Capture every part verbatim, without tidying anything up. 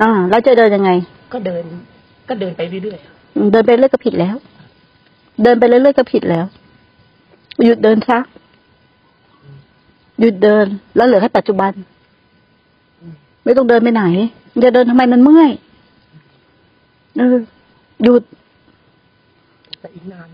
อ่าแล้วจะเดินยังไงก็เดินก็เดินไปเรื่อยๆเดินไปเรื่อยก็ผิดแล้วเดินไปเรื่อยๆก็ผิดแล้วหยุดเดินซะหยุดเดินแล้วเหลือแค่ปัจจุบันไม่ต้องเดินไปไหนจะเดินทำไมมันเมื่อยเออหยุดแต่อีกนาน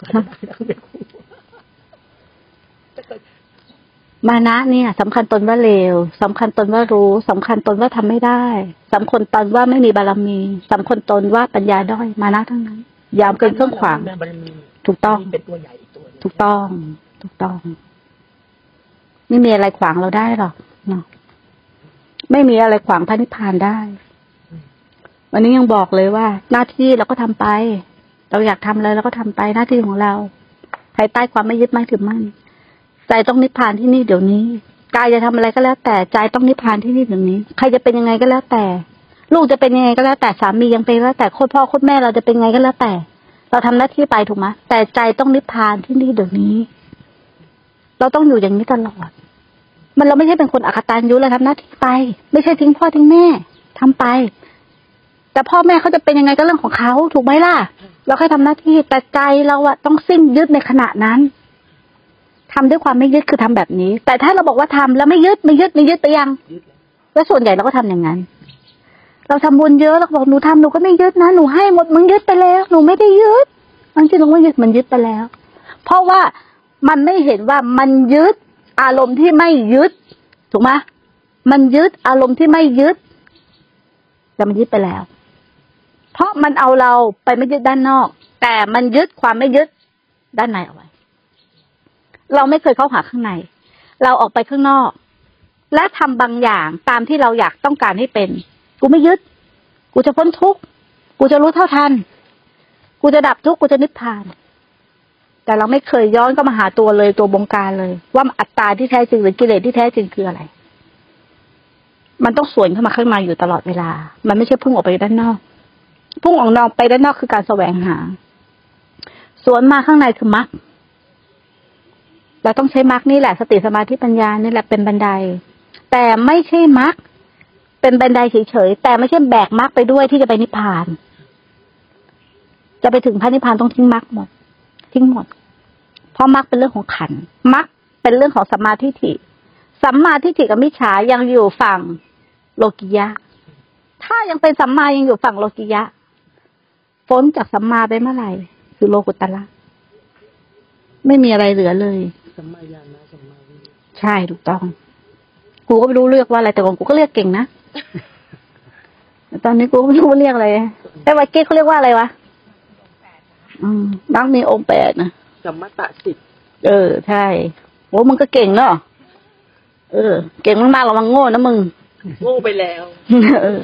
มานะเนี่ยสำคัญตนว่าเลวสำคัญตนว่ารู้สำคัญตนว่าทำไม่ได้สำคัญตนว่าไม่มีบารมีสำคัญตนว่าปัญญาด้อยมานะทั้งนั้นยามเกินเครื่องขวางถูกต้องเป็นตัวใหญ่อีกตัวถูกต้องถูกต้องไม่มีอะไรขวางเราได้หรอกเนาะไม่มีอะไรขวางพระนิพพานได้วันนี้ยังบอกเลยว่าหน้าที่เราก็ทำไปเราอยากทำเลยเราก็ทำไปหน้าที่ของเราภายใต้ความไม่ยึดมั่นถือมั่นใจต้องนิพพานที่นี่เดี๋ยวนี้กายจะทำอะไรก็แล้วแต่ใจต้องนิพพานที่นี่เดี๋ยวนี้ใครจะเป็นยังไงก็แล้วแต่ลูกจะเป็นยังไงก็แล้วแต่สามียังเป็นแล้วแต่โคตรพ่อโคตรแม่เราจะเป็นไงก็แล้วแต่เราทำหน้าที่ไปถูกไหมแต่ใจต้องนิพพานที่นี่เดี๋ยวนี้เราต้องอยู่อย่างนี้ตลอดมันเราไม่ใช่เป็นคนอกตัญญูเราทำหน้าที่ไปไม่ใช่ทิ้งพ่อทิ้งแม่ทำไปแต่พ่อแม่เขาจะเป็นยังไงก็เรื่องของเขาถูกไหมล่ะเราแค่ทำหน้าที่แต่ใจเราอะต้องสิ้นยึดในขณะนั้นทำด้วยความไม่ยึดคือทำแบบนี้แต่ถ้าเราบอกว่าทำแล้วไม่ยึดไม่ยึดไม่ยึดไปยังแล้วส่วนใหญ่เราก็ทำอย่างนั้นเราทำบุญเยอะเราบอกหนูทำหนูก็ไม่ยึดนะหนูให้หมดมึงยึดไปแล้วหนูไม่ได้ยึดมันจริงๆไม่ยึดมันยึดไปแล้วเพราะว่ามันไม่เห็นว่ามันยึดอารมณ์ที่ไม่ยึดถูกไหมมันยึดอารมณ์ที่ไม่ยึดแต่มันยึดไปแล้วเพราะมันเอาเราไปไม่ยึดด้านนอกแต่มันยึดความไม่ยึดด้านในเอาไว้เราไม่เคยเข้าหาข้างในเราออกไปข้างนอกและทำบางอย่างตามที่เราอยากต้องการให้เป็นกูไม่ยึดกูจะพ้นทุกข์กูจะรู้เท่าทันกูจะดับทุกข์กูจะนิพพานแต่เราไม่เคยย้อนก็มาหาตัวเลยตัวบงการเลยว่าอัตตาที่แท้จริงหรือกิเลสที่แท้จริงคืออะไรมันต้องสวนเข้ามาข้างในอยู่ตลอดเวลามันไม่ใช่พุ่งออกไปด้านนอกพุ่งออกนอกไปด้านนอกคือการแสวงหาสวนมาข้างในคือมรรคเราต้องใช้มรรคนี่แหละสติสมาธิปัญญานี่แหละเป็นบันไดแต่ไม่ใช่มรรคเป็นบันไดเฉยๆแต่ไม่ใช่แบกมรรคไปด้วยที่จะไปนิพพานจะไปถึงพระนิพพานต้องทิ้งมรรคหมดทิ้งหมดเพราะมรรคเป็นเรื่องของขันธ์มรรคเป็นเรื่องของสัมมาทิฏฐิสัมมาทิฏฐิกับมิจฉายังอยู่ฝั่งโลกิยะถ้ายังเป็นสัมมายังอยู่ฝั่งโลกิยะพ้นจากสัมมาไปเมื่อไหร่คือโลกุตตระไม่มีอะไรเหลือเลยสัมมาญาณสัมมาวิมุตติใช่ถูกต้องกูก็ไม่รู้เรียกว่าอะไรแต่ของกูก็เรียกเก่งนะตอนนี้กูก็ไม่รู้เรียกอะไรแต่ว่าเก๊กเขาเรียกว่าอะไรวะอืมมักมีองค์แปดนะสัมมาตสิบเออใช่โอ้มึงก็เก่งเนาะเออเก่งมากๆระวังโง่นะมึงโง่ไปแล้วเออ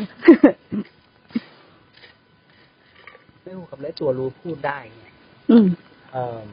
ไม่รู้กับและตัวรู้พูดได้ไงอืมเออ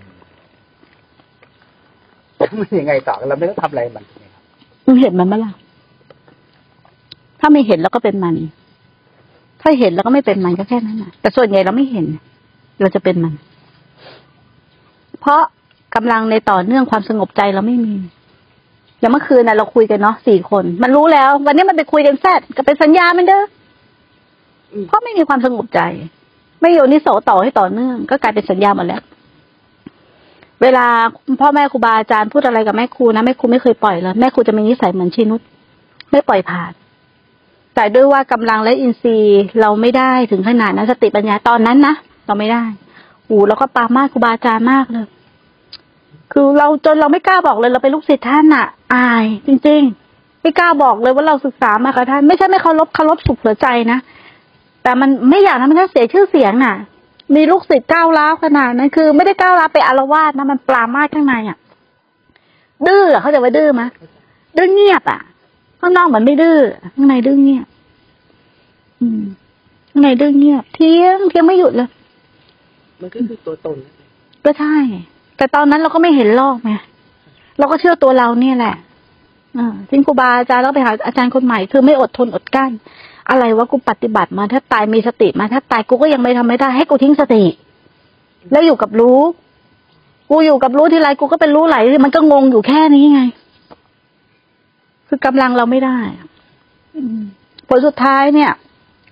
มันยังไงต่อเราไม่ต้องทำอะไรมันไงครับมึงเห็นมันไหมล่ะถ้าไม่เห็นแล้วก็เป็นมันถ้าเห็นแล้วก็ไม่เป็นมันก็แค่นั้นนะแต่ส่วนใหญ่เราไม่เห็นเราจะเป็นมันเพราะกำลังในต่อเนื่องความสงบใจเราไม่มีอย่างเมื่อคืนน่ะเราคุยกันเนาะสี่คนมันรู้แล้ววันนี้มันไปคุยกันแซดก็เป็นสัญญามันเด้อเพราะไม่มีความสงบใจไม่โยนิโสต่อให้ต่อเนื่องก็กลายเป็นสัญญาหมดแล้วเวลาพ่อแม่ครูบาอาจารย์พูดอะไรกับแม่ครูนะแม่ครูไม่เคยปล่อยเลยแม่ครูจะมีนิสัยเหมือนชินุชไม่ปล่อยผ่านแต่ด้วยว่ากำลังและอินทรีย์เราไม่ได้ถึงขนาดนั้นสติปัญญาตอนนั้นนะเราไม่ได้โอ้แล้วก็ปามาครูบาอาจารย์มากเลยคือเราจนเราไม่กล้าบอกเลยเราเป็นลูกศิษย์ท่านน่ะอายจริงๆไม่กล้าบอกเลยว่าเราศึกษามากับท่านไม่ใช่ไม่เคารพเคารพสุขหัวใจนะแต่มันไม่อยากทำให้ท่านเสียชื่อเสียงน่ะมีลูกศิษย์ก้าวร้าวขนาดนั้นคือไม่ได้ก้าวร้าวไปอาละวาดนะมันปรามาสข้างในอ่ะดื้อเขาจะว่าดื้อมั้ยดื้อเงียบอ่ะข้างนอกเหมือนไม่ดื้อข้างในดื้อเงียบอืมข้างในดื้อเงียบเที่ยงเที่ยงไม่หยุดเลยมันก็คือตัวตนก็ใช่แต่ตอนนั้นเราก็ไม่เห็นลอกไงเราก็เชื่อตัวเราเนี่ยแหละอ่าทิ้งครูบาอาจารย์แล้วไปหาอาจารย์คนใหม่คือไม่อดทนอดกั้นอะไรวะกูปฏิบัติมาถ้าตายมีสติมาถ้าตายกูก็ยังไม่ทำไม่ได้ให้กูทิ้งสติแล้วอยู่กับรู้กูอยู่กับรู้ทีไรกูก็เป็นรู้ไหลมันก็งงอยู่แค่นี้ไงคือกำลังเราไม่ได้ผลสุดท้ายเนี่ย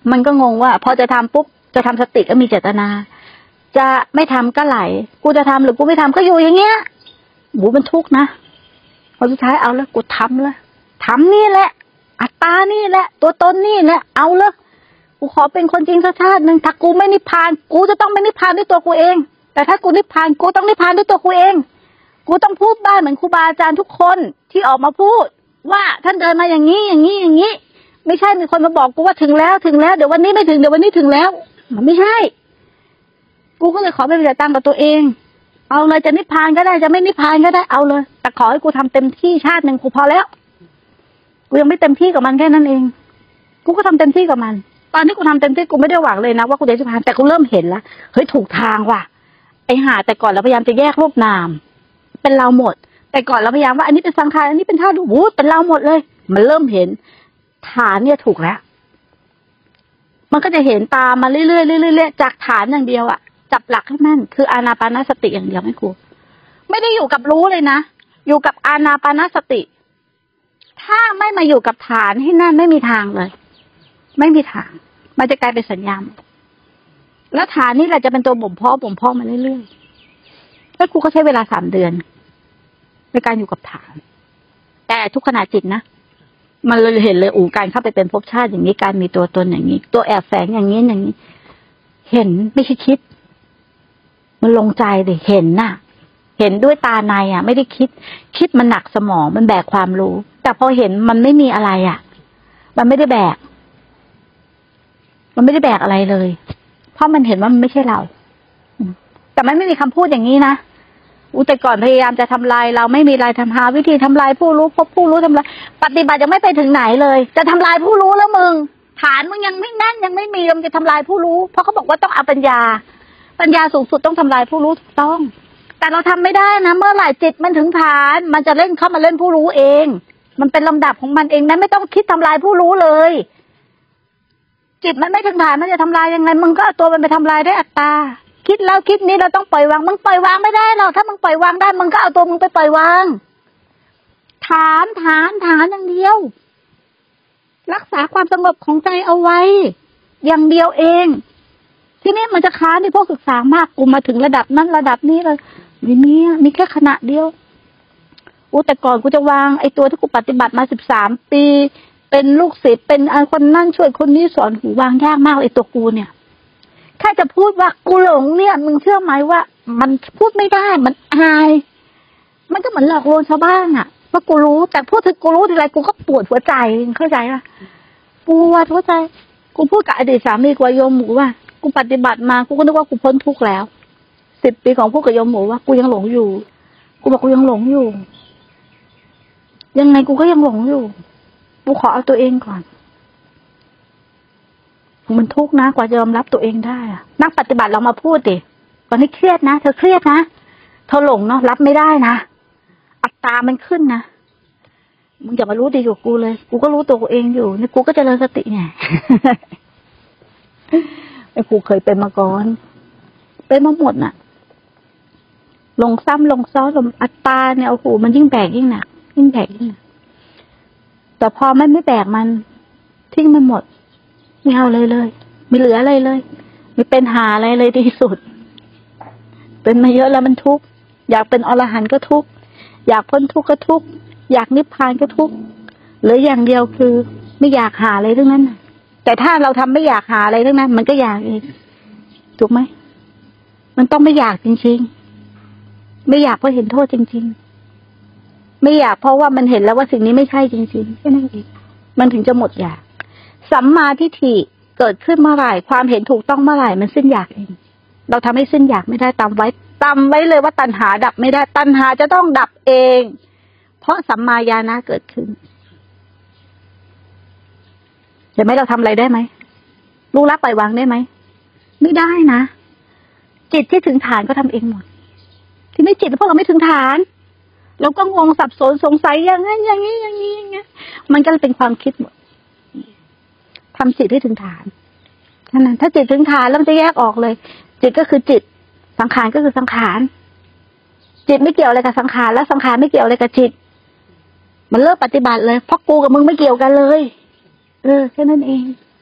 มันก็งงว่าพอจะทำปุ๊บจะทำสติก็มีเจตนา จะไม่ทำก็ไหลกูจะทำหรือกูไม่ทำก็อยู่อย่างเงี้ยหูมันทุกข์นะพอสุดท้ายเอาแล้วกูทำแล้วทำนี่แหละอัตตานี่แหละตัวตนนี่แหละเอาเลยกูขอเป็นคนจริงสักชาติหนึ่งถ้ากูไม่นิพพานกูจะต้องไม่นิพพานด้วยตัวกูเองแต่ถ้ากูนิพพานกูต้องนิพพานด้วยตัวกูเองกูต้องพูดบ้างเหมือนครูบาอาจารย์ทุกคนที่ออกมาพูดว่าท่านเดินมาอย่างนี้อย่างนี้อย่างนี้ไม่ใช่มีคนมาบอกกูว่าถึงแล้วถึงแล้วเดี๋ยววันนี้ไม่ถึงเดี๋ยววันนี้ถึงแล้วมันไม่ใช่กูก็เลยขอไปปฏิบัติตามกับตัวเองเอาเลยจะนิพพานก็ได้จะไม่นิพพานก็ได้เอาเลยแต่ขอให้กูทำเต็มที่ชาติหนึ่งกูพอแล้วกูยังไม่เต็มที่กับมันแค่นั้นเองกูก็ทำเต็มที่กับมันตอนที่กูทำเต็มที่กูไม่ได้หวังเลยนะว่ากูจะนิพพานแต่กูเริ่มเห็นแล้วเฮ้ยถูกทางว่ะไอ้ห่าแต่ก่อนเราพยายามจะแยกรูปนามเป็นเราหมดแต่ก่อนเราพยายามว่าอันนี้เป็นสังขารอันนี้เป็นธาตุรู้เป็นเราหมดเลยมันเริ่มเห็นฐานเนี่ยถูกแล้วมันก็จะเห็นตามมาเรื่อยๆเรื่อยๆจากฐานอย่างเดียวอะจับหลักให้แม่นคืออานาปานสติอย่างเดียวไม่ครูไม่ได้อยู่กับรู้เลยนะอยู่กับอานาปานสติถ้าไม่มาอยู่กับฐานให้แน่นไม่มีทางเลยไม่มีทางมันจะกลายเป็นสัญญาแล้วฐานนี่แหละจะเป็นตัวบ่มเพาะบ่มเพาะมาเรื่อยๆแล้วครูก็ใช้เวลาสามเดือนในการอยู่กับฐานแต่ทุกขณะจิตนะมันเลยเห็นเลยอู่การเข้าไปเป็นภพชาติอย่างนี้การมีตัวตนอย่างนี้ตัวแอบแฝงอย่างนี้อย่างนี้เห็นไม่ใช่คิดมันลงใจเลยเห็นน่ะเห็นด้วยตาในอ่ะไม่ได้คิดคิดมันหนักสมองมันแบกความรู้แต่พอเห็นมันไม่มีอะไรอ่ะมันไม่ได้แบกมันไม่ได้แบกอะไรเลยเพราะมันเห็นว่ามันไม่ใช่เราแต่มันไม่มีคำพูดอย่างนี้นะอุแต่ก่อนพยายามจะทำลายเราไม่มีอะไรทำหาวิธีทำลายผู้รู้พบผู้รู้ทำลายปฏิบัติยังไม่ไปถึงไหนเลยจะทำลายผู้รู้แล้วมึงฐานมึงยังไม่นั่นยังไม่มีมึงจะทำลายผู้รู้เพราะเขาบอกว่าต้องเอาปัญญาปัญญาสูงสุดต้องทำลายผู้รู้ถูกต้องแต่เราทำไม่ได้นะเมื่อไหร่จิตมันถึงฐานมันจะเล่นเข้ามาเล่นผู้รู้เองมันเป็นลำดับของมันเองนั้นไม่ต้องคิดทำลายผู้รู้เลยจิตมันไม่ถึงฐานมันจะทำลายยังไงมึงก็เอาตัวมันไปทำลายได้อัตตาคิดแล้วคิดนี้เราต้องปล่อยวางมึงปล่อยวางไม่ได้หรอกถ้ามึงปล่อยวางได้มึงก็เอาตัวมึงไปปล่อยวางฐานฐานฐานอย่างเดียวรักษาความสงบของใจเอาไว้อย่างเดียวเองทีนี้มันจะค้านในพวกศึกษามากกูมาถึงระดับนั้นระดับนี้เลยไม่มีมีแค่ขณะเดียวอู้แต่ก่อนกูจะวางไอ้ตัวที่กูปฏิบัติมาสิบสามปีเป็นลูกศิษย์เป็นคนนั่นช่วยคนนี้สอนหูวางยากมากไอ้ตัวกูเนี่ยแค่จะพูดว่ากูหลงเนี่ยมึงเชื่อไหมว่ามันพูดไม่ได้มันอายมันก็เหมือนหลอกลวงชาวบ้านอะว่ากูรู้แต่พูดถึงกูรู้ทีไรกูก็ปวดหัวใจเข้าใจป่ะปวดหัวใจกูพูดกับอดีตสามีกูโยมหมูว่ากูปฏิบัติมากูก็นึกว่ากูพ้นทุกข์แล้วสิบปีของพูดกับโยมหมูว่ากูยังหลงอยู่กูบอกกูยังหลงอยู่ยังไงกูก็ยังหลงอยู่กูขอเอาตัวเองก่อนมันทุกข์นะกว่าจะยอมรับตัวเองได้อะนักปฏิบัติเรามาพูดดิตอนนี้เครียดนะเธอเครียดนะเธอหลงเนาะรับไม่ได้นะอัตตามันขึ้นนะมึงอย่ามารู้ดีกับกูเลยกูก็รู้ตัวกูเองอยู่นี่กูก็เจริญสติไง ไอ้กูเคยเป็นมาก่อนเป็นมาหมดน่ะลงซ้ำลงซ้อนลงอัตตาเนี่ยโอ้โหมันยิ่งแบกยิ่งหนักยิ่งแบกยิ่งหนักแต่พอไม่ไม่แบกมันทิ้งมันหมดไม่เอาเลยเลยไม่เหลืออะไรเลยไม่เป็นหาอะไรเลยที่สุดเป็นมาเยอะแล้วมันทุกข์อยากเป็นอรหันต์ก็ทุกข์อยากพ้นทุกข์ก็ทุกข์อยากนิพพานก็ทุกข์เหลืออย่างเดียวคือไม่อยากหาอะไรทั้งนั้นแต่ถ้าเราทำไม่อยากหาอะไรทั้งนั้นมันก็อยากเองถูกไหมมันต้องไม่อยากจริงๆไม่อยากเพราะเห็นโทษจริงๆไม่อยากเพราะว่ามันเห็นแล้วว่าสิ่งนี้ไม่ใช่จริงๆแค่นั้นเองมันถึงจะหมดอยากสัมมาทิฏฐิเกิดขึ้นเมื่อไหร่ความเห็นถูกต้องเมื่อไหร่มันสิ้นอยากเองเราทำให้สิ้นอยากไม่ได้ตามไว้ตามไว้เลยว่าตัณหาดับไม่ได้ตัณหาจะต้องดับเองเพราะสัมมาญาณะเกิดขึ้นเห็นไหมเราทำอะไรได้ไหมรู้ละปล่อยวางได้ไหมไม่ได้นะจิตที่ถึงฐานก็ทำเองหมดที่ไม่จิตพวกเราไม่ถึงฐานเราก็งงสับสนสงสัยอย่างนั้นอย่างนี้อย่างนี้อย่างเงี้ยมันก็เป็นความคิดหมดทำจิตให้ถึงฐานนั่นถ้าจิตถึงฐานแล้วมันจะแยกออกเลยจิตก็คือจิตสังขารก็คือสังขารจิตไม่เกี่ยวอะไรกับสังขารและสังขารไม่เกี่ยวอะไรกับจิตมันเลิกปฏิบัติเลยเพราะกูกับมึงไม่เกี่ยวกันเลยเออแค่นั้นเอง